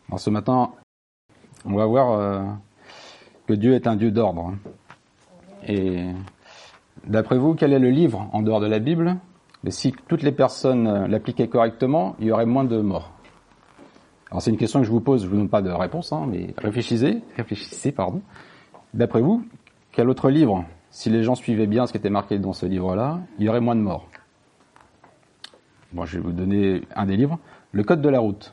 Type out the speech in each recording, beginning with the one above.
Alors ce matin, on va voir que Dieu est un Dieu d'ordre. Et d'après vous, quel est le livre en dehors de la Bible? Et si toutes les personnes l'appliquaient correctement, il y aurait moins de morts. Alors c'est une question que je vous pose, je ne vous donne pas de réponse, mais réfléchissez. D'après vous, quel autre livre, si les gens suivaient bien ce qui était marqué dans ce livre-là, il y aurait moins de morts? Bon, je vais vous donner un des livres, le Code de la route.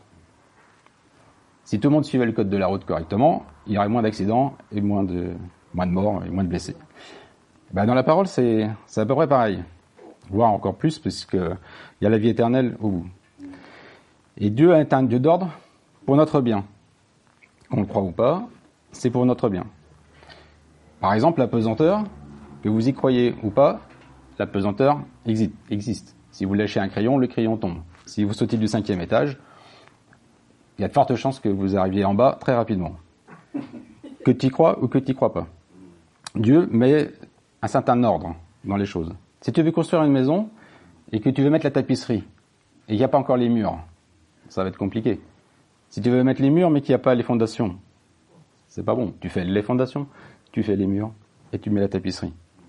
Si tout le monde suivait le Code de la route correctement, il y aurait moins d'accidents et moins de morts et moins de blessés. Dans la parole, c'est à peu près pareil, voire encore plus, puisqu'il y a la vie éternelle au bout. Et Dieu est un Dieu d'ordre pour notre bien. Qu'on le croit ou pas, c'est pour notre bien. Par exemple, la pesanteur, que vous y croyez ou pas, la pesanteur existe. Si vous lâchez un crayon, le crayon tombe. Si vous sautez du 5e étage, il y a de fortes chances que vous arriviez en bas très rapidement. Que tu y crois ou que tu y crois pas. Dieu met un certain ordre dans les choses. Si tu veux construire une maison et que tu veux mettre la tapisserie et qu'il n'y a pas encore les murs, ça va être compliqué. Si tu veux mettre les murs mais qu'il n'y a pas les fondations, c'est pas bon. Tu fais les fondations, tu fais les murs et tu mets la tapisserie.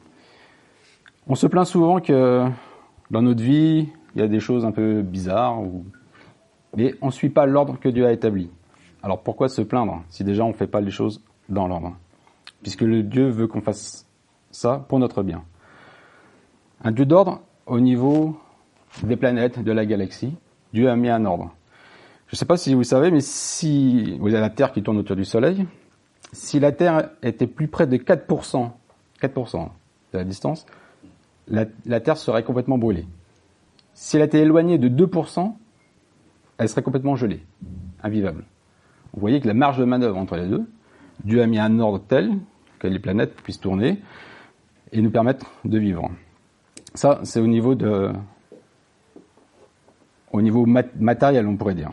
On se plaint souvent que dans notre vie, il y a des choses un peu bizarres, mais on ne suit pas l'ordre que Dieu a établi. Alors pourquoi se plaindre si déjà on ne fait pas les choses dans l'ordre? Puisque le Dieu veut qu'on fasse ça pour notre bien. Un Dieu d'ordre au niveau des planètes, de la galaxie, Dieu a mis un ordre. Je ne sais pas si vous savez, mais si vous avez la Terre qui tourne autour du Soleil, si la Terre était plus près de 4% de la distance, la Terre serait complètement brûlée. Si elle était éloignée de 2%, elle serait complètement gelée, invivable. Vous voyez que la marge de manœuvre entre les deux, Dieu a mis un ordre tel que les planètes puissent tourner et nous permettre de vivre. Ça, c'est au niveau matériel, on pourrait dire.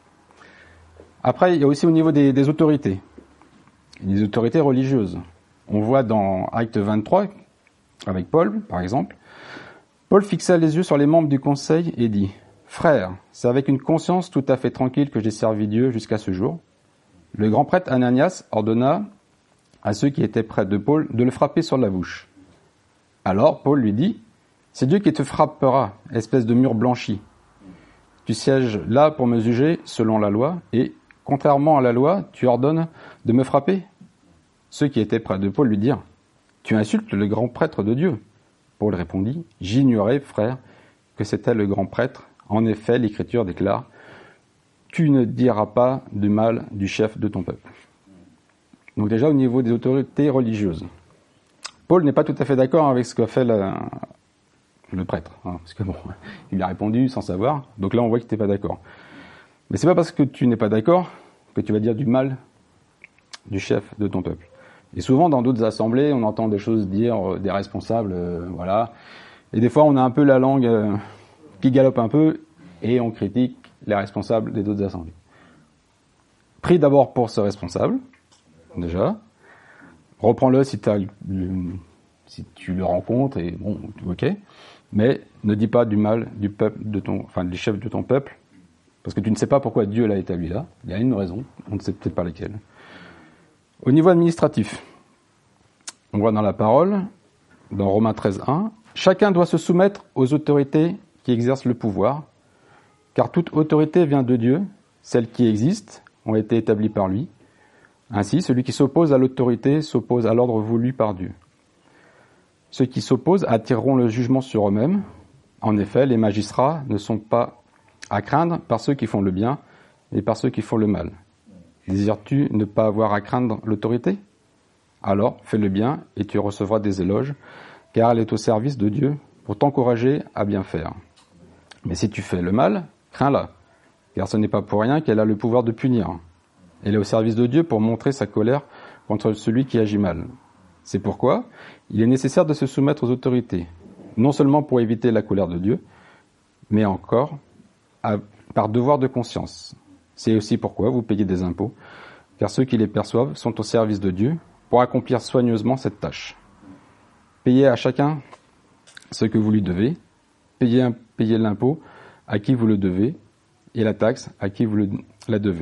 Après, il y a aussi au niveau des autorités, des autorités religieuses. On voit dans Acte 23, avec Paul, par exemple, Paul fixa les yeux sur les membres du conseil et dit « Frères, c'est avec une conscience tout à fait tranquille que j'ai servi Dieu jusqu'à ce jour. » Le grand prêtre Ananias ordonna à ceux qui étaient près de Paul de le frapper sur la bouche. Alors Paul lui dit « C'est Dieu qui te frappera, espèce de mur blanchi. Tu sièges là pour me juger selon la loi, et, contrairement à la loi, tu ordonnes de me frapper ?» Ceux qui étaient près de Paul lui dirent « Tu insultes le grand prêtre de Dieu. » Paul répondit « J'ignorais, frère, que c'était le grand prêtre. En effet, l'Écriture déclare « Tu ne diras pas du mal du chef de ton peuple. » Donc déjà au niveau des autorités religieuses. Paul n'est pas tout à fait d'accord avec ce qu'a fait le prêtre, parce que il a répondu sans savoir, donc là on voit qu'il n'était pas d'accord. Mais c'est pas parce que tu n'es pas d'accord que tu vas dire du mal du chef de ton peuple. Et souvent dans d'autres assemblées, on entend des choses dire des responsables, voilà. Et des fois on a un peu la langue qui galope un peu et on critique les responsables des autres assemblées. Prie d'abord pour ce responsable, déjà. Reprends-le si tu le rencontres et bon, ok. Mais ne dis pas du mal du peuple du chef de ton peuple, parce que tu ne sais pas pourquoi Dieu l'a établi là. Il y a une raison, on ne sait peut-être pas laquelle. Au niveau administratif, on voit dans la parole, dans Romains 13:1, chacun doit se soumettre aux autorités qui exercent le pouvoir, car toute autorité vient de Dieu, celles qui existent ont été établies par lui. Ainsi, celui qui s'oppose à l'autorité s'oppose à l'ordre voulu par Dieu. Ceux qui s'opposent attireront le jugement sur eux-mêmes. En effet, les magistrats ne sont pas à craindre par ceux qui font le bien, mais par ceux qui font le mal. Désires-tu ne pas avoir à craindre l'autorité? Alors, fais le bien et tu recevras des éloges, car elle est au service de Dieu pour t'encourager à bien faire. Mais si tu fais le mal, crains-la, car ce n'est pas pour rien qu'elle a le pouvoir de punir. Elle est au service de Dieu pour montrer sa colère contre celui qui agit mal. C'est pourquoi il est nécessaire de se soumettre aux autorités, non seulement pour éviter la colère de Dieu, mais encore par devoir de conscience. C'est aussi pourquoi vous payez des impôts, car ceux qui les perçoivent sont au service de Dieu pour accomplir soigneusement cette tâche. Payez à chacun ce que vous lui devez, payez l'impôt à qui vous le devez, et la taxe à qui vous la devez.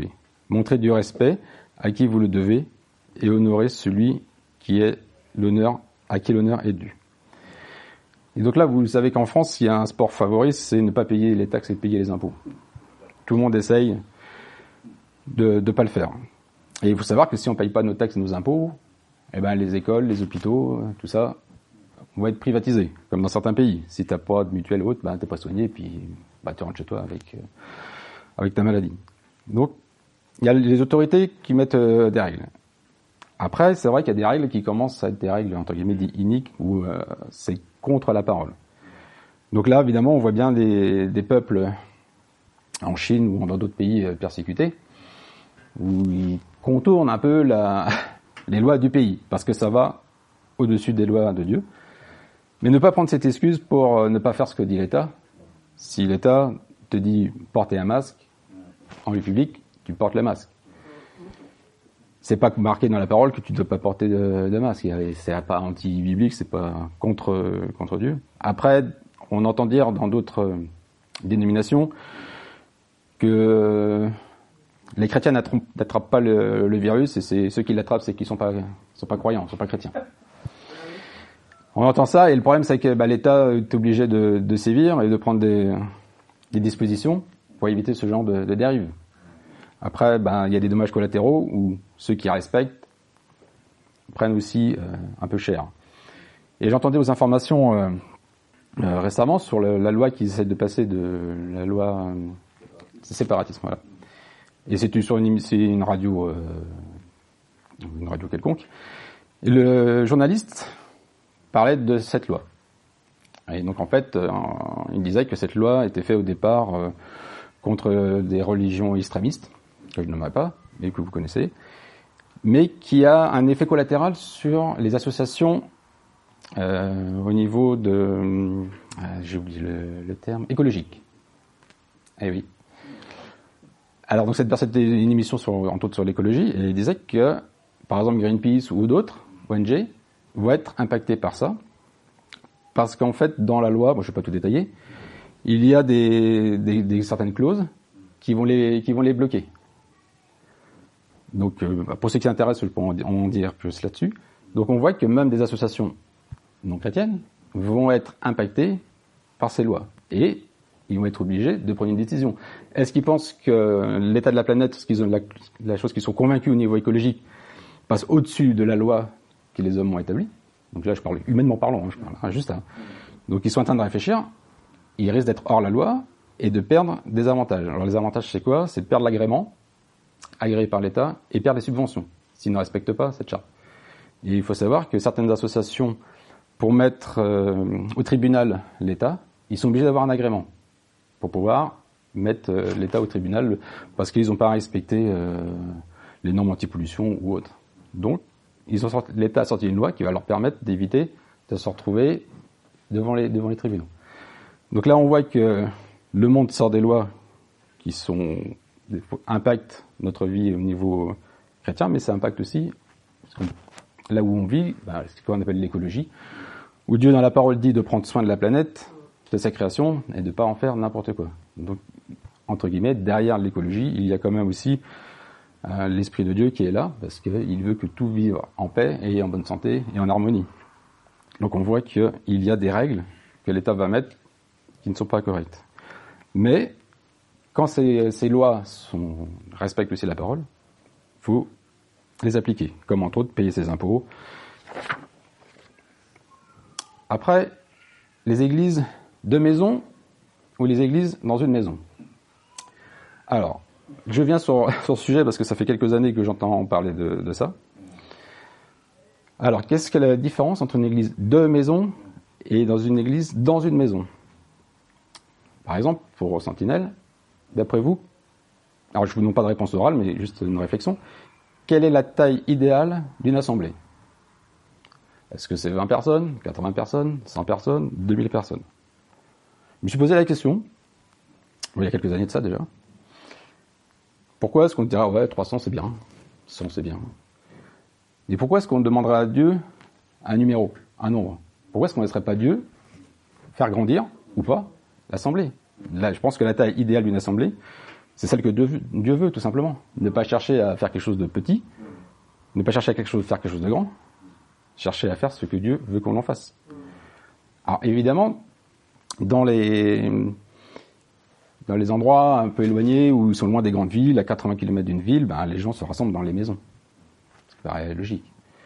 Montrez du respect à qui vous le devez et honorez celui qui est à qui l'honneur est dû. Et donc là, vous savez qu'en France, il y a un sport favori, c'est ne pas payer les taxes et payer les impôts. Tout le monde essaye de ne pas le faire. Et il faut savoir que si on ne paye pas nos taxes et nos impôts, eh ben les écoles, les hôpitaux, tout ça, vont être privatisés, comme dans certains pays. Si tu n'as pas de mutuelle haute, ben, tu n'es pas soigné, et puis tu rentres chez toi avec ta maladie. Donc, il y a les autorités qui mettent des règles. Après, c'est vrai qu'il y a des règles qui commencent à être des règles, entre guillemets, iniques, où c'est contre la parole. Donc là, évidemment, on voit bien des peuples en Chine ou dans d'autres pays persécutés, où ils contournent un peu les lois du pays, parce que ça va au-dessus des lois de Dieu. Mais ne pas prendre cette excuse pour ne pas faire ce que dit l'État. Si l'État te dit porter un masque en lieu public, tu portes le masque. C'est pas marqué dans la parole que tu ne dois pas porter de masque. C'est pas anti-biblique, c'est pas contre Dieu. Après, on entend dire dans d'autres dénominations que les chrétiens n'attrapent pas le virus, et c'est ceux qui l'attrapent, c'est qu'ils sont pas croyants, sont pas chrétiens. On entend ça, et le problème c'est que l'État est obligé de sévir et de prendre des dispositions pour éviter ce genre de dérive. Après, il y a des dommages collatéraux où ceux qui respectent prennent aussi un peu cher. Et j'entendais aux informations récemment sur la loi qu'ils essaient de passer, la loi séparatisme. Voilà. Et c'est une radio quelconque. Et le journaliste parlait de cette loi. Et donc en fait, il disait que cette loi était faite au départ contre des religions extrémistes, que je nommerai pas, mais que vous connaissez, mais qui a un effet collatéral sur les associations au niveau de... j'ai oublié le terme, écologique. Eh oui. Alors donc cette personne était une émission entre autres sur l'écologie, et il disait que, par exemple, Greenpeace ou d'autres ONG vont être impactés par ça, parce qu'en fait, dans la loi, je ne vais pas tout détailler, il y a des certaines clauses qui vont les bloquer. Donc, pour ceux qui s'intéressent, je peux en dire plus là-dessus. Donc, on voit que même des associations non chrétiennes vont être impactées par ces lois. Et ils vont être obligés de prendre une décision. Est-ce qu'ils pensent que l'état de la planète, parce qu'ils ont la chose qu'ils sont convaincus au niveau écologique, passe au-dessus de la loi que les hommes ont établie? Donc là, je parle humainement parlant, je parle juste. Donc, ils sont en train de réfléchir. Ils risquent d'être hors la loi et de perdre des avantages. Alors, les avantages, c'est quoi? C'est perdre l'agrément, agréé par l'État, et perdre les subventions, s'ils ne respectent pas cette charte. Et il faut savoir que certaines associations, pour mettre au tribunal l'État, ils sont obligés d'avoir un agrément pour pouvoir mettre l'État au tribunal parce qu'ils n'ont pas respecté les normes anti-pollution ou autres. Donc, l'État a sorti une loi qui va leur permettre d'éviter de se retrouver devant les tribunaux. Donc là, on voit que le monde sort des lois qui impactent notre vie au niveau chrétien, mais ça impacte aussi là où on vit, ce qu'on appelle l'écologie, où Dieu dans la parole dit de prendre soin de la planète, de sa création, et de ne pas en faire n'importe quoi. Donc, entre guillemets, derrière l'écologie, il y a quand même aussi l'Esprit de Dieu qui est là, parce qu'il veut que tout vive en paix et en bonne santé et en harmonie. Donc on voit qu'il y a des règles que l'État va mettre qui ne sont pas correctes. Mais quand ces lois respectent aussi la parole, il faut les appliquer, comme entre autres payer ses impôts. Après, les églises de maison ou les églises dans une maison. Alors, je viens sur ce sujet parce que ça fait quelques années que j'entends parler de ça. Alors, qu'est-ce que la différence entre une église de maison et dans une église dans une maison? Par exemple, pour Sentinelle, d'après vous, alors je ne vous demande pas de réponse orale, mais juste une réflexion, quelle est la taille idéale d'une assemblée? Est-ce que c'est 20 personnes, 80 personnes, 100 personnes, 2000 personnes? Je me suis posé la question, il y a quelques années de ça déjà. Pourquoi est-ce qu'on dira, ouais, 300 c'est bien, 100 c'est bien? Et pourquoi est-ce qu'on demanderait à Dieu un numéro, un nombre? Pourquoi est-ce qu'on ne laisserait pas Dieu faire grandir, ou pas, l'assemblée? Là, je pense que la taille idéale d'une assemblée, C'est celle que Dieu veut, tout simplement. Ne pas chercher à faire quelque chose de petit, ne pas chercher à faire quelque chose de grand, chercher à faire ce que Dieu veut qu'on en fasse. Alors évidemment, dans les endroits un peu éloignés où ils sont loin des grandes villes, à 80 km d'une ville, les gens se rassemblent dans les maisons. Ça paraît logique.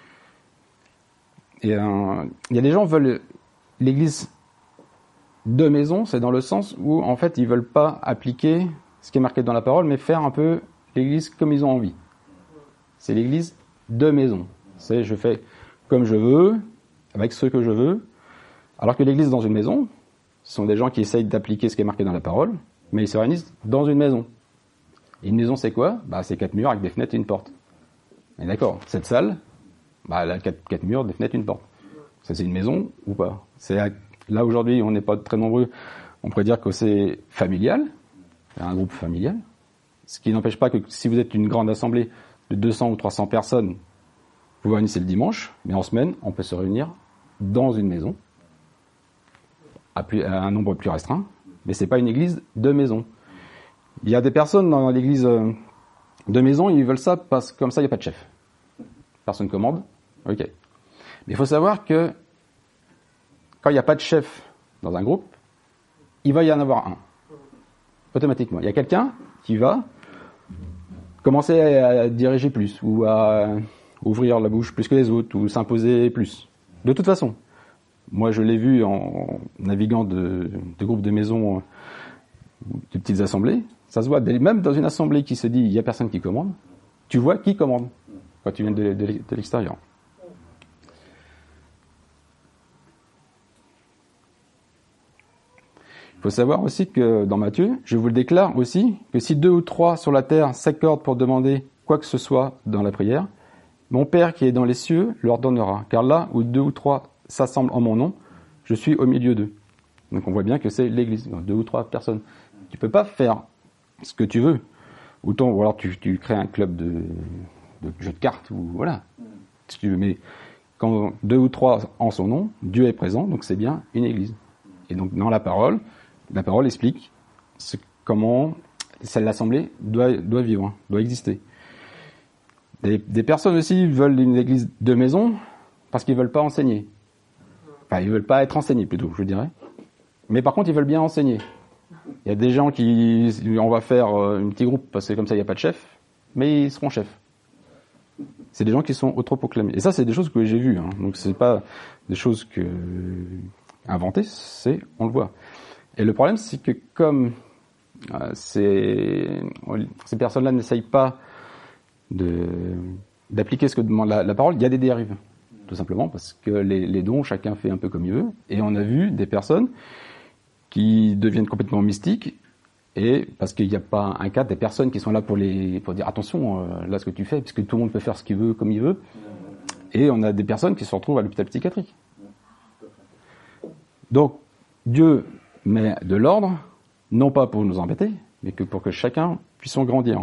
Et il y a des gens qui veulent l'église de maison, c'est dans le sens où en fait ils veulent pas appliquer ce qui est marqué dans la parole, mais faire un peu l'église comme ils ont envie. C'est l'église de maison. C'est je fais comme je veux, avec ce que je veux, alors que l'église dans une maison, ce sont des gens qui essayent d'appliquer ce qui est marqué dans la parole, mais ils se réunissent dans une maison. Et une maison, c'est quoi ? C'est 4 murs avec des fenêtres et une porte. Et d'accord, cette salle, elle a 4 murs, des fenêtres et une porte. Ça, c'est une maison ou pas ? Là, aujourd'hui, on n'est pas très nombreux. On pourrait dire que c'est familial, c'est un groupe familial. Ce qui n'empêche pas que si vous êtes une grande assemblée de 200 ou 300 personnes, vous vous réunissez le dimanche, mais en semaine, on peut se réunir dans une maison, à un nombre plus restreint, mais c'est pas une église de maison. Il y a des personnes dans l'église de maison, ils veulent ça parce que comme ça, il n'y a pas de chef. Personne commande, ok. Mais il faut savoir que quand il n'y a pas de chef dans un groupe, il va y en avoir un. Automatiquement. Il y a quelqu'un qui va commencer à diriger plus, ou à ouvrir la bouche plus que les autres, ou s'imposer plus. De toute façon. Moi, je l'ai vu en naviguant de groupes de maisons, de petites assemblées. Ça se voit, même dans une assemblée qui se dit, il n'y a personne qui commande, tu vois qui commande quand tu viens de l'extérieur. Il faut savoir aussi que dans Matthieu, je vous le déclare aussi, que si 2 ou 3 sur la terre s'accordent pour demander quoi que ce soit dans la prière, mon Père qui est dans les cieux leur donnera. Car là où 2 ou 3 s'assemblent en mon nom, je suis au milieu d'eux. Donc on voit bien que c'est l'église, 2 ou 3 personnes. Tu peux pas faire ce que tu veux. Ou alors tu crées un club de jeux de cartes, ou voilà. Si tu veux. Mais quand 2 ou 3 en son nom, Dieu est présent, donc c'est bien une église. Et donc dans la parole explique comment l'assemblée doit vivre, doit exister. Des personnes aussi veulent une église de maison parce qu'ils veulent pas enseigner. Enfin, ils veulent pas être enseignés plutôt, je dirais. Mais par contre, ils veulent bien enseigner. Il y a des gens on va faire un petit groupe parce que comme ça, il n'y a pas de chef, mais ils seront chefs. C'est des gens qui sont autoproclamés. Et ça, c'est des choses que j'ai vues. Donc, c'est pas des choses inventées, on le voit. Et le problème, c'est que comme ces personnes-là n'essayent pas d'appliquer ce que demande la parole, il y a des dérives. Tout simplement parce que les dons, chacun fait un peu comme il veut. Et on a vu des personnes qui deviennent complètement mystiques, et parce qu'il n'y a pas un cadre, des personnes qui sont là pour dire attention, là ce que tu fais, puisque tout le monde peut faire ce qu'il veut, comme il veut. Et on a des personnes qui se retrouvent à l'hôpital psychiatrique. Donc, Dieu met de l'ordre, non pas pour nous embêter, mais pour que chacun puisse en grandir.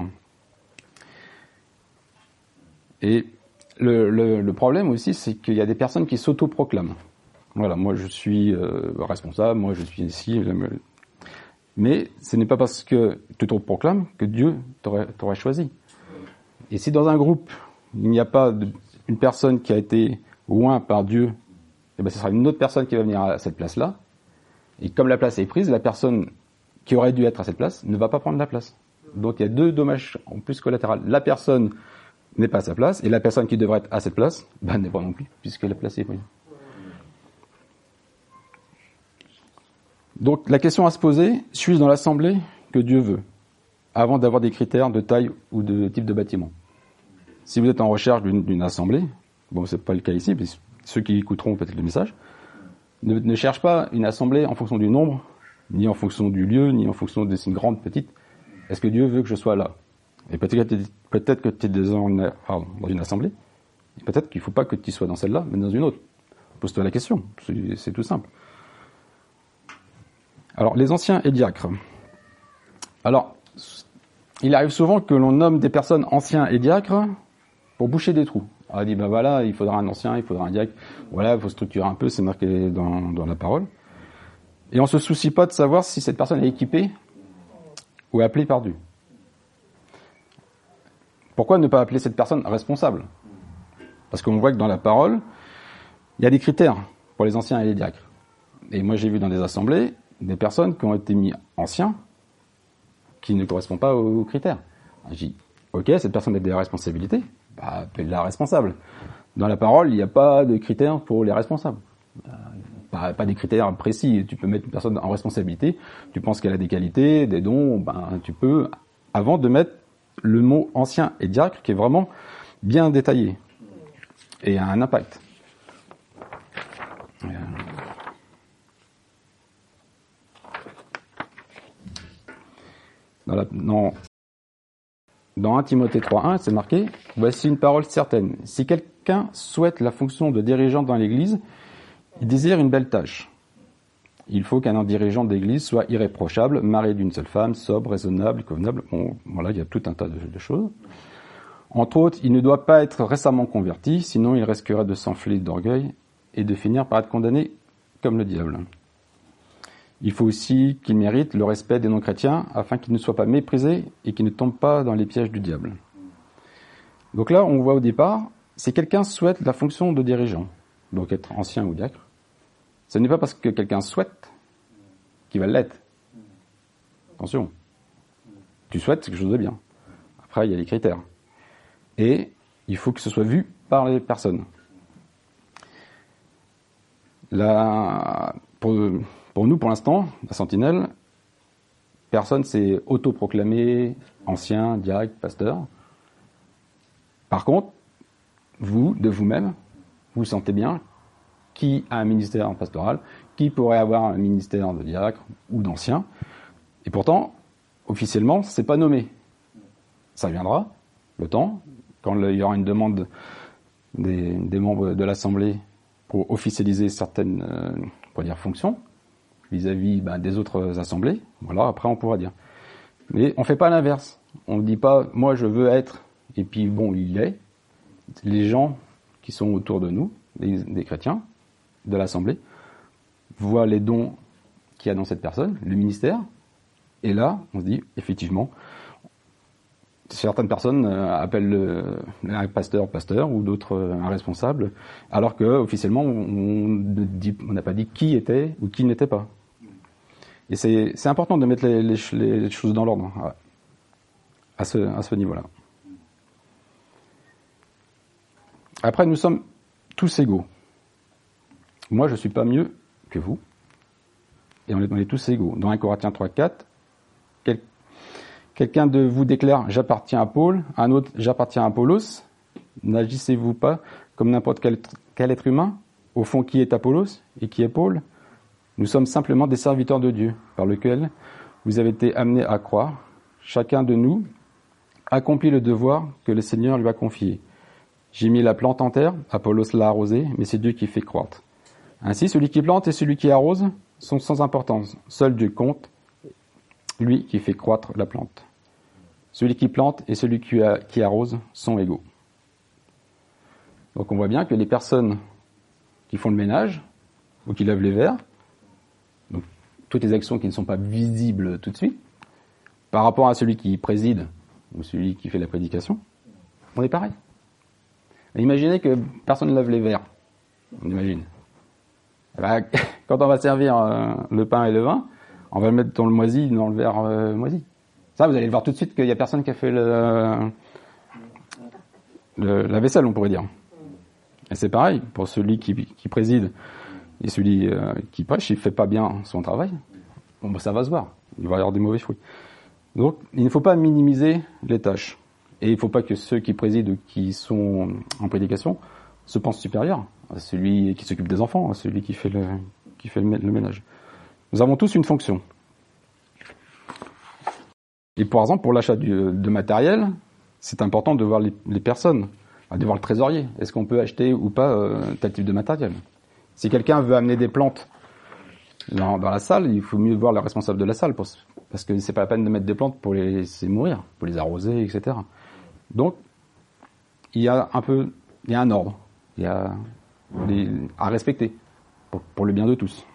Et le problème aussi, c'est qu'il y a des personnes qui s'autoproclament. Voilà, moi je suis responsable, moi je suis ici. Mais ce n'est pas parce que tu t'autoproclames que Dieu t'aurait choisi. Et si dans un groupe, il n'y a pas une personne qui a été oint par Dieu, ce sera une autre personne qui va venir à cette place-là. Et comme la place est prise, la personne qui aurait dû être à cette place ne va pas prendre la place. Donc il y a 2 dommages en plus collatéraux. La personne n'est pas à sa place, et la personne qui devrait être à cette place, n'est pas non plus, puisque la place est prise. Donc la question à se poser, suis-je dans l'assemblée que Dieu veut, avant d'avoir des critères de taille ou de type de bâtiment. Si vous êtes en recherche d'une assemblée, c'est pas le cas ici, mais ceux qui écouteront peut-être le message, ne cherche pas une assemblée en fonction du nombre, ni en fonction du lieu, ni en fonction de si une grande, petite. Est-ce que Dieu veut que je sois là ? Et peut-être que tu es dans une assemblée, et peut-être qu'il ne faut pas que tu sois dans celle-là, mais dans une autre. Pose-toi la question, c'est tout simple. Alors, les anciens et diacres. Alors, il arrive souvent que l'on nomme des personnes anciens et diacres pour boucher des trous. On dit, voilà, il faudra un ancien, il faudra un diacre. Voilà, il faut structurer un peu, c'est marqué dans la parole. Et on se soucie pas de savoir si cette personne est équipée ou appelée par Dieu. Pourquoi ne pas appeler cette personne responsable? Parce qu'on voit que dans la parole, il y a des critères pour les anciens et les diacres. Et moi, j'ai vu dans des assemblées des personnes qui ont été mis anciens qui ne correspondent pas aux critères. Je dis, ok, cette personne a des responsabilités, appelle-la responsable. Dans la parole, il n'y a pas de critères pour les responsables. Pas des critères précis. Tu peux mettre une personne en responsabilité, tu penses qu'elle a des qualités, des dons, tu peux, avant de mettre le mot ancien et diacre, qui est vraiment bien détaillé et a un impact. Dans 1 Timothée 3.1, c'est marqué « Voici une parole certaine. Si quelqu'un souhaite la fonction de dirigeant dans l'Église, il désire une belle tâche. Il faut qu'un dirigeant d'Église soit irréprochable, marié d'une seule femme, sobre, raisonnable, convenable. » Bon, voilà, il y a tout un tas de choses. Entre autres, il ne doit pas être récemment converti, sinon il risquerait de s'enfler d'orgueil et de finir par être condamné comme le diable. Il faut aussi qu'il mérite le respect des non-chrétiens afin qu'il ne soit pas méprisé et qu'il ne tombe pas dans les pièges du diable. Donc là, on voit au départ, si quelqu'un souhaite la fonction de dirigeant, donc être ancien ou diacre, ce n'est pas parce que quelqu'un souhaite qu'il va l'être. Attention. Tu souhaites, c'est quelque chose de bien. Après, il y a les critères. Et il faut que ce soit vu par les personnes. Là, pour nous, pour l'instant, la Sentinelle, personne s'est autoproclamé ancien, diacre, pasteur. Par contre, vous, de vous-même, vous sentez bien qui a un ministère pastoral, qui pourrait avoir un ministère de diacre ou d'ancien. Et pourtant, officiellement, c'est pas nommé. Ça viendra, le temps, quand il y aura une demande des membres de l'Assemblée pour officialiser certaines fonctions vis-à-vis des autres assemblées. Voilà, après on pourra dire. Mais on fait pas l'inverse. On ne dit pas, moi je veux être, et puis bon, il est. Les gens qui sont autour de nous, des chrétiens, de l'Assemblée, voient les dons qu'il y a dans cette personne, le ministère, et là, on se dit, effectivement, certaines personnes appellent un pasteur ou d'autres un responsable, alors que officiellement on n'a pas dit qui était ou qui n'était pas. Et c'est important de mettre les choses dans l'ordre à ce niveau-là. Après, nous sommes tous égaux. Moi, je suis pas mieux que vous, et on est tous égaux. Dans 1 Corinthiens 3.4, quelqu'un de vous déclare « J'appartiens à Paul », un autre « J'appartiens à Apollos ». N'agissez-vous pas comme n'importe quel être humain? Au fond, qui est Apollos et qui est Paul? Nous sommes simplement des serviteurs de Dieu, par lequel vous avez été amenés à croire. Chacun de nous accomplit le devoir que le Seigneur lui a confié. J'ai mis la plante en terre, Apollos l'a arrosée, mais c'est Dieu qui fait croître. Ainsi, celui qui plante et celui qui arrose sont sans importance. Seul Dieu compte, lui qui fait croître la plante. Celui qui plante et celui qui arrose sont égaux. Donc on voit bien que les personnes qui font le ménage ou qui lavent les verres, donc toutes les actions qui ne sont pas visibles tout de suite, par rapport à celui qui préside ou celui qui fait la prédication, on est pareil. Imaginez que personne ne lave les verres. On imagine. Quand on va servir le pain et le vin, on va le mettre dans le moisi, dans le verre moisi. Ça, vous allez le voir tout de suite qu'il n'y a personne qui a fait la vaisselle, on pourrait dire. Et c'est pareil, pour celui qui préside et celui qui prêche, il ne fait pas bien son travail, ça va se voir. Il va y avoir des mauvais fruits. Donc, il ne faut pas minimiser les tâches. Et il ne faut pas que ceux qui président ou qui sont en prédication se pensent supérieurs à celui qui s'occupe des enfants, à celui qui fait le ménage. Nous avons tous une fonction. Et par exemple, pour l'achat de matériel, c'est important de voir les personnes, de voir le trésorier. Est-ce qu'on peut acheter ou pas tel type de matériel? Si quelqu'un veut amener des plantes dans la salle, il faut mieux voir le responsable de la salle, parce que c'est pas la peine de mettre des plantes pour les laisser mourir, pour les arroser, etc. Donc, il y a un ordre, il y a à respecter pour le bien de tous.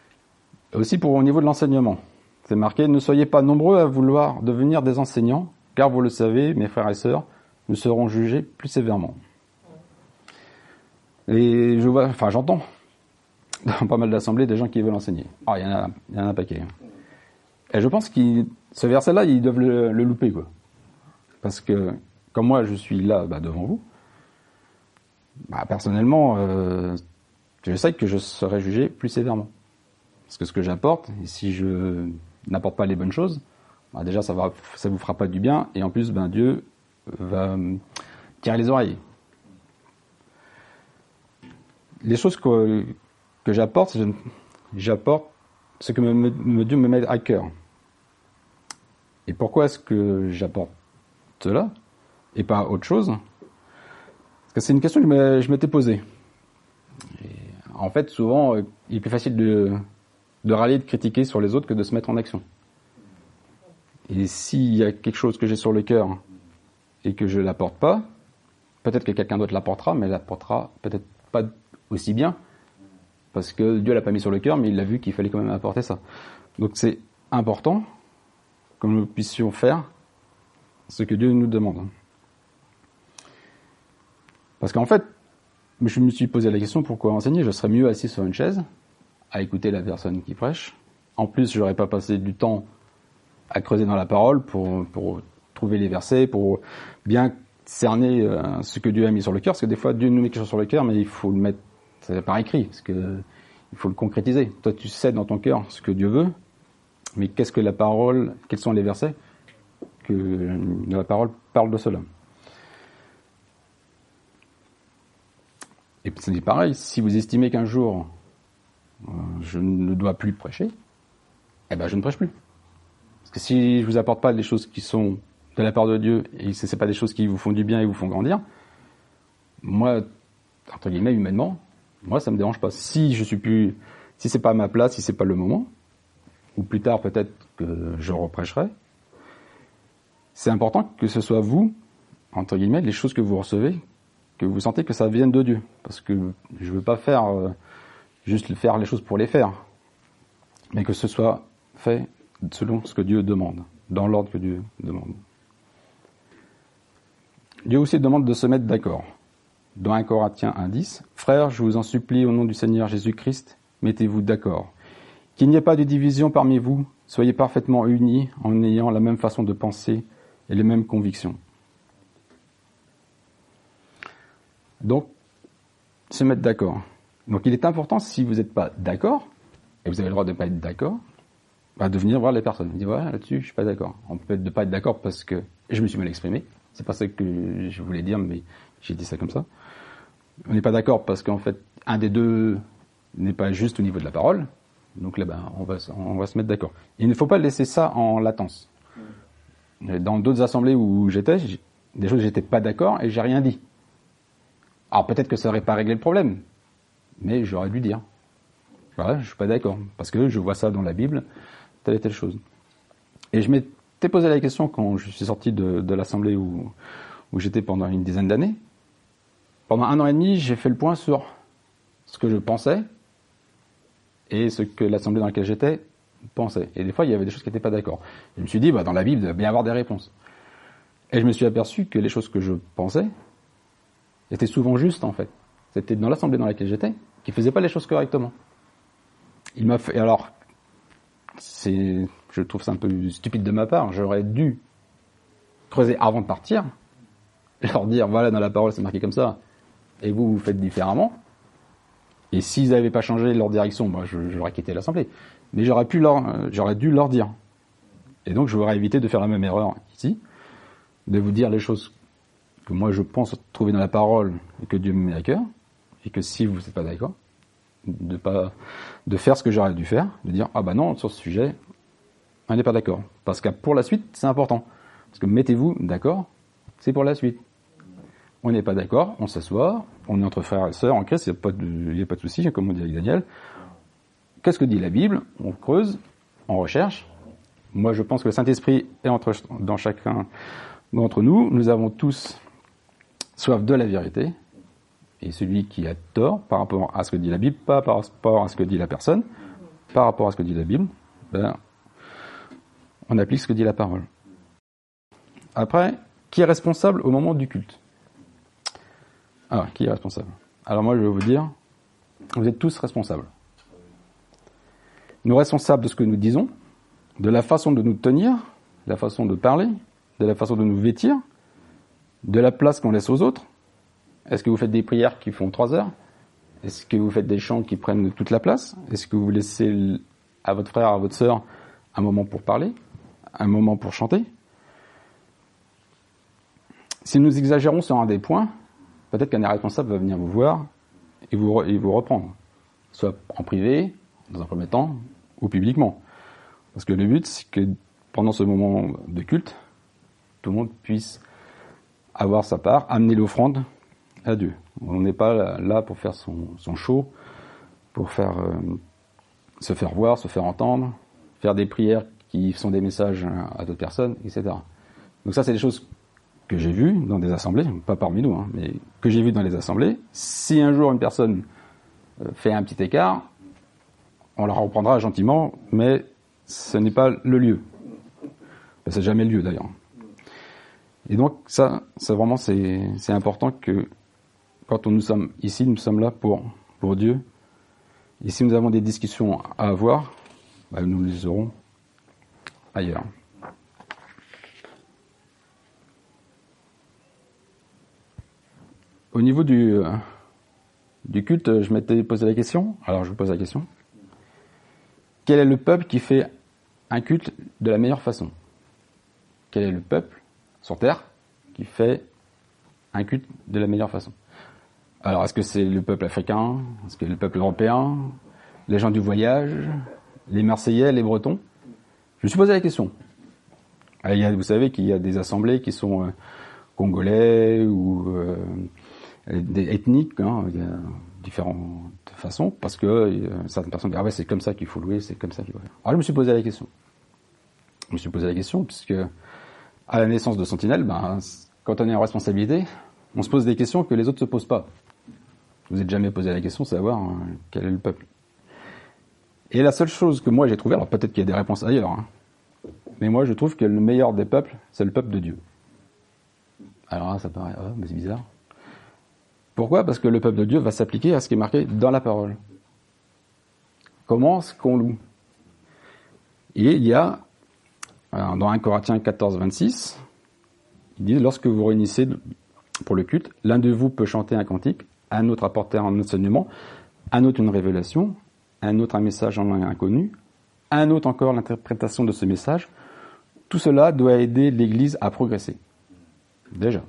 Aussi au niveau de l'enseignement, c'est marqué « Ne soyez pas nombreux à vouloir devenir des enseignants, Car vous le savez, mes frères et sœurs, nous serons jugés plus sévèrement. Et j'entends dans pas mal d'assemblées des gens qui veulent enseigner. Ah, il y en a un paquet. Et je pense que ce verset-là, ils doivent le louper, quoi. Parce que, comme moi, je suis là, devant vous, personnellement, je sais que je serai jugé plus sévèrement. Parce que ce que j'apporte, et si je n'apporte pas les bonnes choses, déjà, ça vous fera pas du bien, et en plus, Dieu va tirer les oreilles. Les choses que j'apporte, j'apporte ce que Dieu me met à cœur. Et pourquoi est-ce que j'apporte cela et pas autre chose? Parce que c'est une question que je m'étais posée. Et en fait, souvent, il est plus facile de râler, de critiquer sur les autres que de se mettre en action. Et s'il y a quelque chose que j'ai sur le cœur et que je l'apporte pas, peut-être que quelqu'un d'autre l'apportera, mais l'apportera peut-être pas aussi bien, parce que Dieu l'a pas mis sur le cœur, mais il a vu qu'il fallait quand même apporter ça. Donc c'est important que nous puissions faire ce que Dieu nous demande. Parce qu'en fait, je me suis posé la question, pourquoi enseigner? Je serais mieux assis sur une chaise, à écouter la personne qui prêche. En plus, j'aurais pas passé du temps à creuser dans la parole pour trouver les versets, pour bien cerner ce que Dieu a mis sur le cœur. Parce que des fois, Dieu nous met quelque chose sur le cœur, mais il faut le mettre par écrit, parce que il faut le concrétiser. Toi, tu sais dans ton cœur ce que Dieu veut, mais qu'est-ce que la parole, quels sont les versets que la parole parle de cela. Et c'est pareil, si vous estimez qu'un jour je ne dois plus prêcher, je ne prêche plus. Parce que si je vous apporte pas des choses qui sont de la part de Dieu et que c'est pas des choses qui vous font du bien et vous font grandir, moi, entre guillemets, humainement, moi ça me dérange pas. Si c'est pas ma place, si c'est pas le moment, ou plus tard peut-être que je reprêcherai, c'est important que ce soit vous, entre guillemets, les choses que vous recevez, que vous sentez que ça vienne de Dieu. Parce que je veux pas faire juste faire les choses pour les faire, mais que ce soit fait selon ce que Dieu demande, dans l'ordre que Dieu demande. Dieu aussi demande de se mettre d'accord. Dans 1 Corinthiens 1,10, « Frères, je vous en supplie au nom du Seigneur Jésus-Christ, mettez-vous d'accord. Qu'il n'y ait pas de division parmi vous, soyez parfaitement unis en ayant la même façon de penser et les mêmes convictions. » Donc, se mettre d'accord. Donc, il est important, si vous n'êtes pas d'accord, et vous avez le droit de ne pas être d'accord, de venir voir les personnes. Dire, voilà, là-dessus, je suis pas d'accord. On peut ne pas être d'accord parce que je me suis mal exprimé. C'est pas ça que je voulais dire, mais j'ai dit ça comme ça. On n'est pas d'accord parce qu'en fait, un des deux n'est pas juste au niveau de la parole. Donc là, on va se mettre d'accord. Il ne faut pas laisser ça en latence. Dans d'autres assemblées où j'étais, des choses j'étais pas d'accord et j'ai rien dit. Alors peut-être que ça n'aurait pas réglé le problème, mais j'aurais dû dire. Voilà, je suis pas d'accord parce que je vois ça dans la Bible, telle et telle chose. Et je m'étais posé la question quand je suis sorti de l'assemblée où j'étais pendant une dizaine d'années. Pendant 1 an et demi, j'ai fait le point sur ce que je pensais et ce que l'assemblée dans laquelle j'étais pensait. Et des fois, il y avait des choses qui n'étaient pas d'accord. Je me suis dit, dans la Bible, il doit bien y avoir des réponses. Et je me suis aperçu que les choses que je pensais étaient souvent justes, en fait. C'était dans l'assemblée dans laquelle j'étais qui ne faisait pas les choses correctement. Il m'a fait... Alors, je trouve ça un peu stupide de ma part. J'aurais dû creuser avant de partir, leur dire, voilà, dans la parole, c'est marqué comme ça, et vous faites différemment. Et s'ils n'avaient pas changé leur direction, j'aurais quitté l'assemblée. Mais j'aurais dû leur dire. Et donc, je voudrais éviter de faire la même erreur ici, de vous dire les choses que moi je pense trouver dans la parole et que Dieu me met à cœur, et que si vous n'êtes pas d'accord, de faire ce que j'aurais dû faire, de dire, non, sur ce sujet, on n'est pas d'accord. Parce que pour la suite, c'est important. Parce que mettez-vous d'accord, c'est pour la suite. On n'est pas d'accord, on s'assoit, on est entre frères et sœurs en Christ, il n'y a pas de souci, comme on dit avec Daniel. Qu'est-ce que dit la Bible? On creuse, on recherche. Moi, je pense que le Saint-Esprit est dans chacun d'entre nous. Nous avons tous soif de la vérité. Et celui qui a tort par rapport à ce que dit la Bible, pas par rapport à ce que dit la personne, par rapport à ce que dit la Bible, on applique ce que dit la parole. Après, qui est responsable au moment du culte? Ah, qui est responsable? Alors moi, je vais vous dire, vous êtes tous responsables. Nous responsables de ce que nous disons, de la façon de nous tenir, de la façon de parler, de la façon de nous vêtir, de la place qu'on laisse aux autres. Est-ce que vous faites des prières qui font 3 heures? Est-ce que vous faites des chants qui prennent toute la place? Est-ce que vous laissez à votre frère, à votre sœur, un moment pour parler, un moment pour chanter? Si nous exagérons sur un des points, peut-être qu'un des responsables va venir vous voir et vous reprendre, soit en privé, dans un premier temps, ou publiquement. Parce que le but, c'est que pendant ce moment de culte, tout le monde puisse avoir sa part, amener l'offrande à Dieu. On n'est pas là pour faire son show, pour se faire voir, se faire entendre, faire des prières qui sont des messages à d'autres personnes, etc. Donc ça, c'est des choses que j'ai vues dans des assemblées, pas parmi nous, mais que j'ai vues dans les assemblées. Si un jour une personne fait un petit écart, on la reprendra gentiment, mais ce n'est pas le lieu. Enfin, c'est jamais le lieu d'ailleurs. Et donc ça vraiment, c'est important que quand nous sommes ici, nous sommes là pour Dieu. Et si nous avons des discussions à avoir, nous les aurons ailleurs. Au niveau du culte, je m'étais posé la question. Alors je vous pose la question. Quel est le peuple qui fait un culte de la meilleure façon? Quel est le peuple sur terre qui fait un culte de la meilleure façon? Alors, est-ce que c'est le peuple africain? Est-ce que c'est le peuple européen? Les gens du voyage? Les Marseillais? Les Bretons? Je me suis posé la question. Vous savez qu'il y a des assemblées qui sont congolais ou ethniques, il y a différentes façons, parce que certaines personnes disent « Ah ouais, c'est comme ça qu'il faut louer, c'est comme ça qu'il faut faire. » Alors, je me suis posé la question. Puisque à la naissance de Sentinelle, quand on est en responsabilité, on se pose des questions que les autres ne se posent pas. Vous n'êtes jamais posé la question de savoir quel est le peuple. Et la seule chose que moi j'ai trouvée, alors peut-être qu'il y a des réponses ailleurs, mais moi je trouve que le meilleur des peuples, c'est le peuple de Dieu. Alors là, ça paraît, mais c'est bizarre. Pourquoi? Parce que le peuple de Dieu va s'appliquer à ce qui est marqué dans la parole. Comment est-ce qu'on loue? Et il y a, dans 1 Corinthiens 14, 26, il dit, lorsque vous réunissez pour le culte, l'un de vous peut chanter un cantique, un autre apporter un enseignement, un autre une révélation, un autre un message en langue inconnue, un autre encore l'interprétation de ce message. Tout cela doit aider l'Église à progresser. Déjà.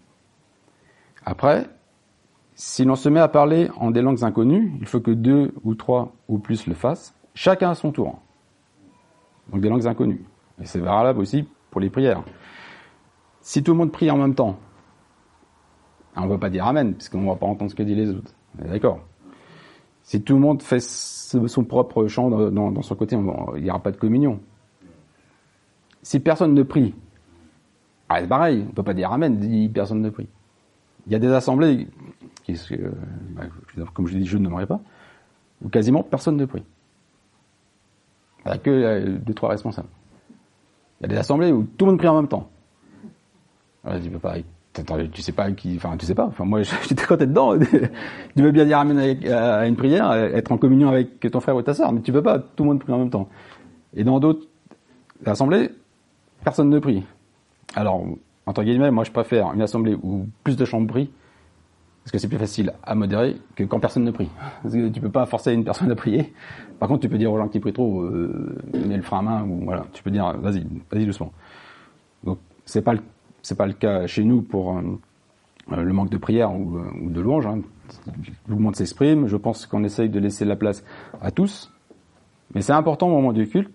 Après, si l'on se met à parler en des langues inconnues, il faut que 2 ou 3 ou plus le fassent, chacun à son tour. Donc des langues inconnues. Et c'est valable aussi pour les prières. Si tout le monde prie en même temps, on ne va pas dire Amen, puisqu'on ne va pas entendre ce que disent les autres. D'accord. Si tout le monde fait son propre chant dans son côté, il n'y aura pas de communion. Si personne ne prie, c'est pareil, on ne peut pas dire Amen si personne ne prie. Il y a des assemblées, comme je l'ai dit, je ne nommerai pas, où quasiment personne ne prie. Il n'y a que 2-3 responsables. Il y a des assemblées où tout le monde prie en même temps. Alors, tu peux pas, tu sais pas qui, tu sais pas. Enfin, moi, j'étais quand t'es dedans. Tu veux bien dire amen à une prière, être en communion avec ton frère ou ta sœur, mais tu peux pas, tout le monde prie en même temps. Et dans d'autres assemblées, personne ne prie. Alors, entre guillemets, moi, je préfère une assemblée où plus de gens prient, parce que c'est plus facile à modérer que quand personne ne prie. Parce que tu peux pas forcer une personne à prier. Par contre, tu peux dire aux gens qui prient trop, mets le frein à main, ou voilà. Tu peux dire, vas-y doucement. Donc, c'est pas le cas chez nous pour le manque de prière ou de louange. Tout le monde s'exprime. Je pense qu'on essaye de laisser la place à tous. Mais c'est important au moment du culte.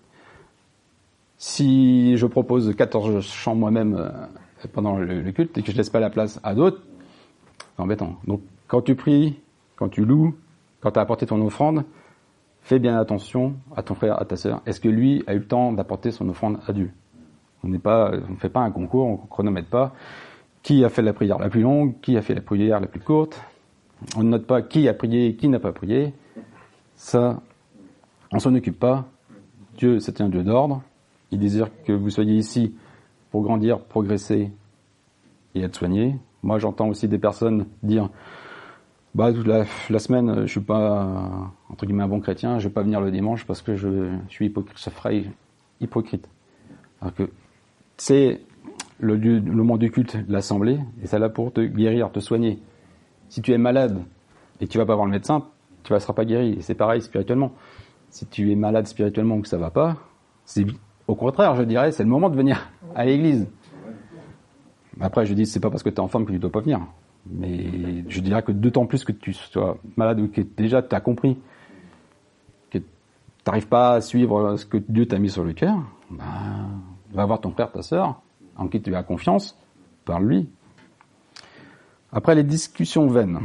Si je propose 14 chants moi-même pendant le culte et que je laisse pas la place à d'autres, c'est embêtant. Donc, quand tu pries, quand tu loues, quand tu as apporté ton offrande, fais bien attention à ton frère, à ta sœur. Est-ce que lui a eu le temps d'apporter son offrande à Dieu? On ne fait pas un concours, on ne chronomètre pas qui a fait la prière la plus longue, qui a fait la prière la plus courte. On ne note pas qui a prié, qui n'a pas prié. Ça, on s'en occupe pas. Dieu, c'est un Dieu d'ordre. Il désire que vous soyez ici pour grandir, progresser et être soigné. Moi, j'entends aussi des personnes dire toute la semaine, je suis pas entre guillemets un bon chrétien, je vais pas venir le dimanche parce que je suis hypocrite, je serai hypocrite. Alors que c'est le moment du culte, l'assemblée, et c'est là pour te guérir, te soigner. Si tu es malade et que tu vas pas voir le médecin, tu ne seras pas guéri. Et c'est pareil spirituellement. Si tu es malade spirituellement ou que ça va pas, c'est au contraire, je dirais, c'est le moment de venir à l'église. Après, je dis, c'est pas parce que tu es en forme que tu dois pas venir. Mais je dirais que d'autant plus que tu sois malade ou que déjà tu as compris que tu n'arrives pas à suivre ce que Dieu t'a mis sur le cœur, va voir ton frère, ta sœur, en qui tu as confiance, parle-lui. Après, les discussions vaines.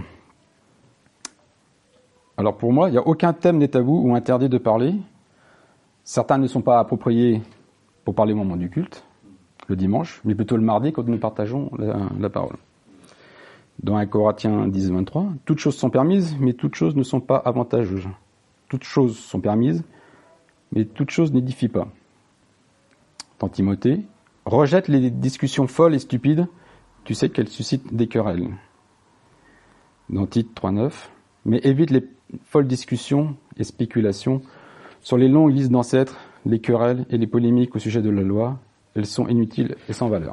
Alors pour moi, il n'y a aucun thème n'est tabou ou interdit de parler. Certains ne sont pas appropriés pour parler au moment du culte, le dimanche, mais plutôt le mardi quand nous partageons la parole. Dans 1 Corinthiens 10, 23, toutes choses sont permises, mais toutes choses ne sont pas avantageuses. Toutes choses sont permises, mais toutes choses n'édifient pas. Dans Timothée, rejette les discussions folles et stupides, tu sais qu'elles suscitent des querelles. Dans Tite 3.9, mais évite les folles discussions et spéculations sur les longues listes d'ancêtres, les querelles et les polémiques au sujet de la loi. Elles sont inutiles et sans valeur.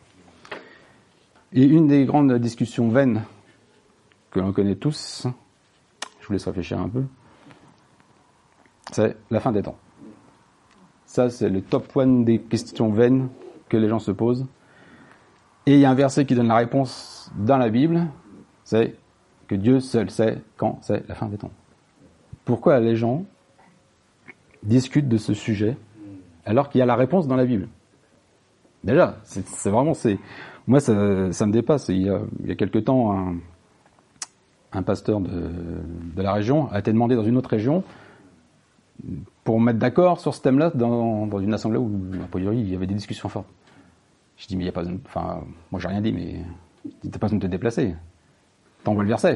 Et une des grandes discussions vaines que l'on connaît tous, je vous laisse réfléchir un peu, c'est la fin des temps. Ça, c'est le top one des questions vaines que les gens se posent. Et il y a un verset qui donne la réponse dans la Bible, c'est que Dieu seul sait quand c'est la fin des temps. Pourquoi les gens discutent de ce sujet alors qu'il y a la réponse dans la Bible? Déjà, c'est vraiment, moi ça me dépasse. Il y a quelque temps, un pasteur de la région a été demandé dans une autre région pour mettre d'accord sur ce thème-là dans une assemblée où, a priori, il y avait des discussions fortes. Je dis, mais il n'y a pas besoin, moi j'ai rien dit, mais tu n'as pas besoin de te déplacer. T'envoies le verset.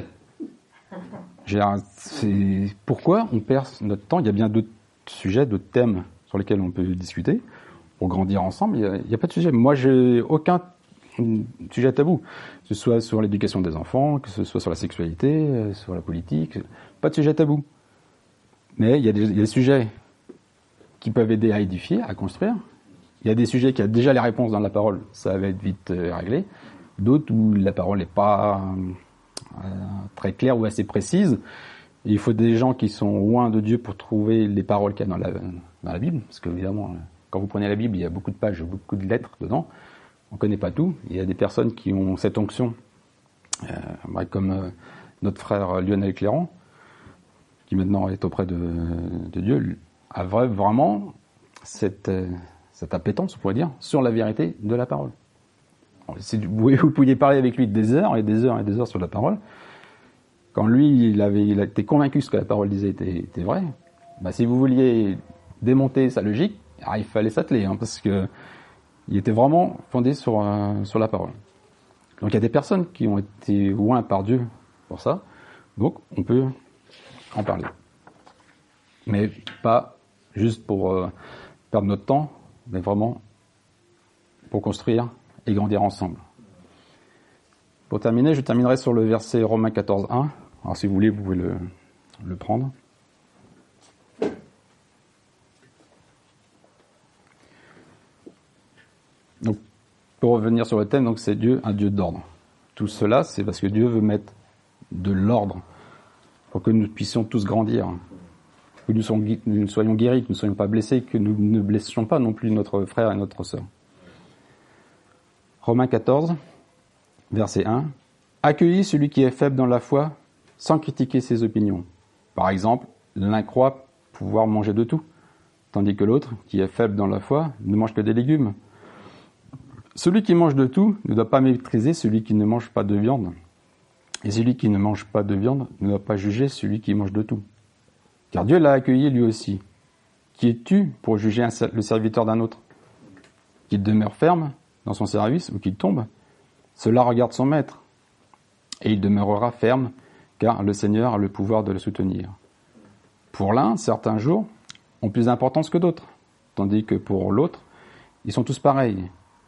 Pourquoi on perd notre temps? Il y a bien d'autres sujets, d'autres thèmes sur lesquels on peut discuter pour grandir ensemble. Il n'y a pas de sujet. Moi, j'ai aucun sujet tabou, que ce soit sur l'éducation des enfants, que ce soit sur la sexualité, sur la politique. Pas de sujet tabou. Mais il y a des sujets qui peuvent aider à édifier, à construire. Il y a des sujets qui ont déjà les réponses dans la parole, ça va être vite réglé. D'autres où la parole n'est pas très claire ou assez précise. Et il faut des gens qui sont loin de Dieu pour trouver les paroles qu'il y a dans la Bible. Parce qu'évidemment, quand vous prenez la Bible, il y a beaucoup de pages, beaucoup de lettres dedans. On ne connaît pas tout. Il y a des personnes qui ont cette onction, comme notre frère Lionel Cléran, qui maintenant est auprès de Dieu, a vraiment cette appétence, on pourrait dire, sur la vérité de la parole. Vous pouviez parler avec lui des heures et des heures et des heures sur la parole. Quand lui, il a été convaincu que ce que la parole disait était vrai, si vous vouliez démonter sa logique, il fallait s'atteler, parce que il était vraiment fondé sur la parole. Donc il y a des personnes qui ont été loin par Dieu pour ça, donc on peut en parler. Mais pas juste pour perdre notre temps, mais vraiment pour construire et grandir ensemble. Pour terminer, je terminerai sur le verset Romains 14.1. Alors si vous voulez, vous pouvez le prendre. Donc, pour revenir sur le thème, donc c'est Dieu, un Dieu d'ordre. Tout cela, c'est parce que Dieu veut mettre de l'ordre pour que nous puissions tous grandir, que nous soyons guéris, que nous ne soyons pas blessés, que nous ne blessions pas non plus notre frère et notre sœur. Romains 14, verset 1. Accueillez celui qui est faible dans la foi sans critiquer ses opinions. Par exemple, l'un croit pouvoir manger de tout, tandis que l'autre, qui est faible dans la foi, ne mange que des légumes. Celui qui mange de tout ne doit pas maîtriser celui qui ne mange pas de viande. Et celui qui ne mange pas de viande ne doit pas juger celui qui mange de tout. Car Dieu l'a accueilli lui aussi. Qui es-tu pour juger le serviteur d'un autre? Qu'il demeure ferme dans son service ou qu'il tombe, cela regarde son maître. Et il demeurera ferme, car le Seigneur a le pouvoir de le soutenir. Pour l'un, certains jours ont plus d'importance que d'autres, tandis que pour l'autre, ils sont tous pareils.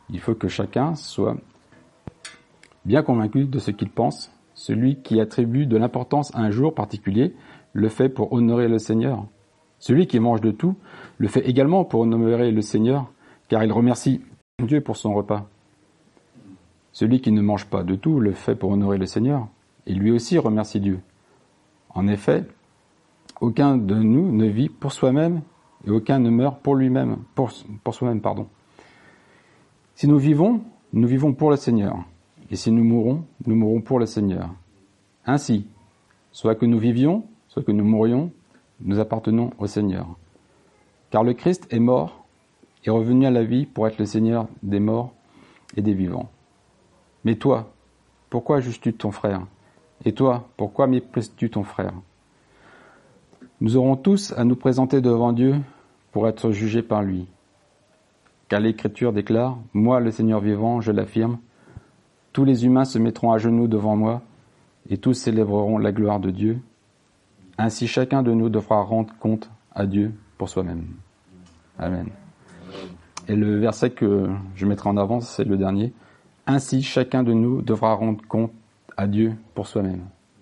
Il faut que chacun soit bien convaincu de ce qu'il pense. Celui qui attribue de l'importance à un jour particulier le fait pour honorer le Seigneur. Celui qui mange de tout le fait également pour honorer le Seigneur, car il remercie Dieu pour son repas. Celui qui ne mange pas de tout le fait pour honorer le Seigneur, et lui aussi remercie Dieu. En effet, aucun de nous ne vit pour soi-même, et aucun ne meurt pour lui-même, pour soi-même, pardon. Si nous vivons pour le Seigneur. Et si nous mourrons pour le Seigneur. Ainsi, soit que nous vivions, soit que nous mourions, nous appartenons au Seigneur. Car le Christ est mort et revenu à la vie pour être le Seigneur des morts et des vivants. Mais toi, pourquoi juges-tu ton frère? Et toi, pourquoi méprises-tu ton frère? Nous aurons tous à nous présenter devant Dieu pour être jugés par lui. Car l'Écriture déclare, « Moi, le Seigneur vivant, je l'affirme, tous les humains se mettront à genoux devant moi, et tous célébreront la gloire de Dieu. Ainsi chacun de nous devra rendre compte à Dieu pour soi-même. » Amen. Et le verset que je mettrai en avant, c'est le dernier. « Ainsi chacun de nous devra rendre compte à Dieu pour soi-même. »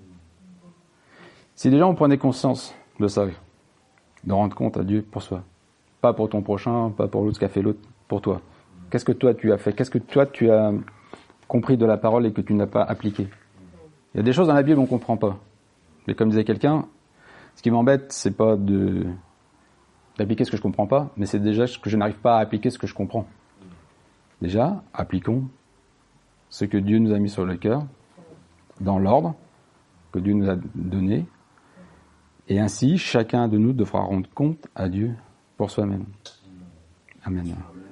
Si déjà on prenait conscience de ça, de rendre compte à Dieu pour soi, pas pour ton prochain, pas pour l'autre, ce qu'a fait l'autre, pour toi. Qu'est-ce que toi tu as fait? Qu'est-ce que toi tu as compris de la parole et que tu n'as pas appliqué? Il y a des choses dans la Bible qu'on ne comprend pas. Mais comme disait quelqu'un, ce qui m'embête, c'est pas d'appliquer ce que je comprends pas, mais c'est déjà que je n'arrive pas à appliquer ce que je comprends. Déjà, appliquons ce que Dieu nous a mis sur le cœur, dans l'ordre que Dieu nous a donné, et ainsi, chacun de nous devra rendre compte à Dieu pour soi-même. Amen.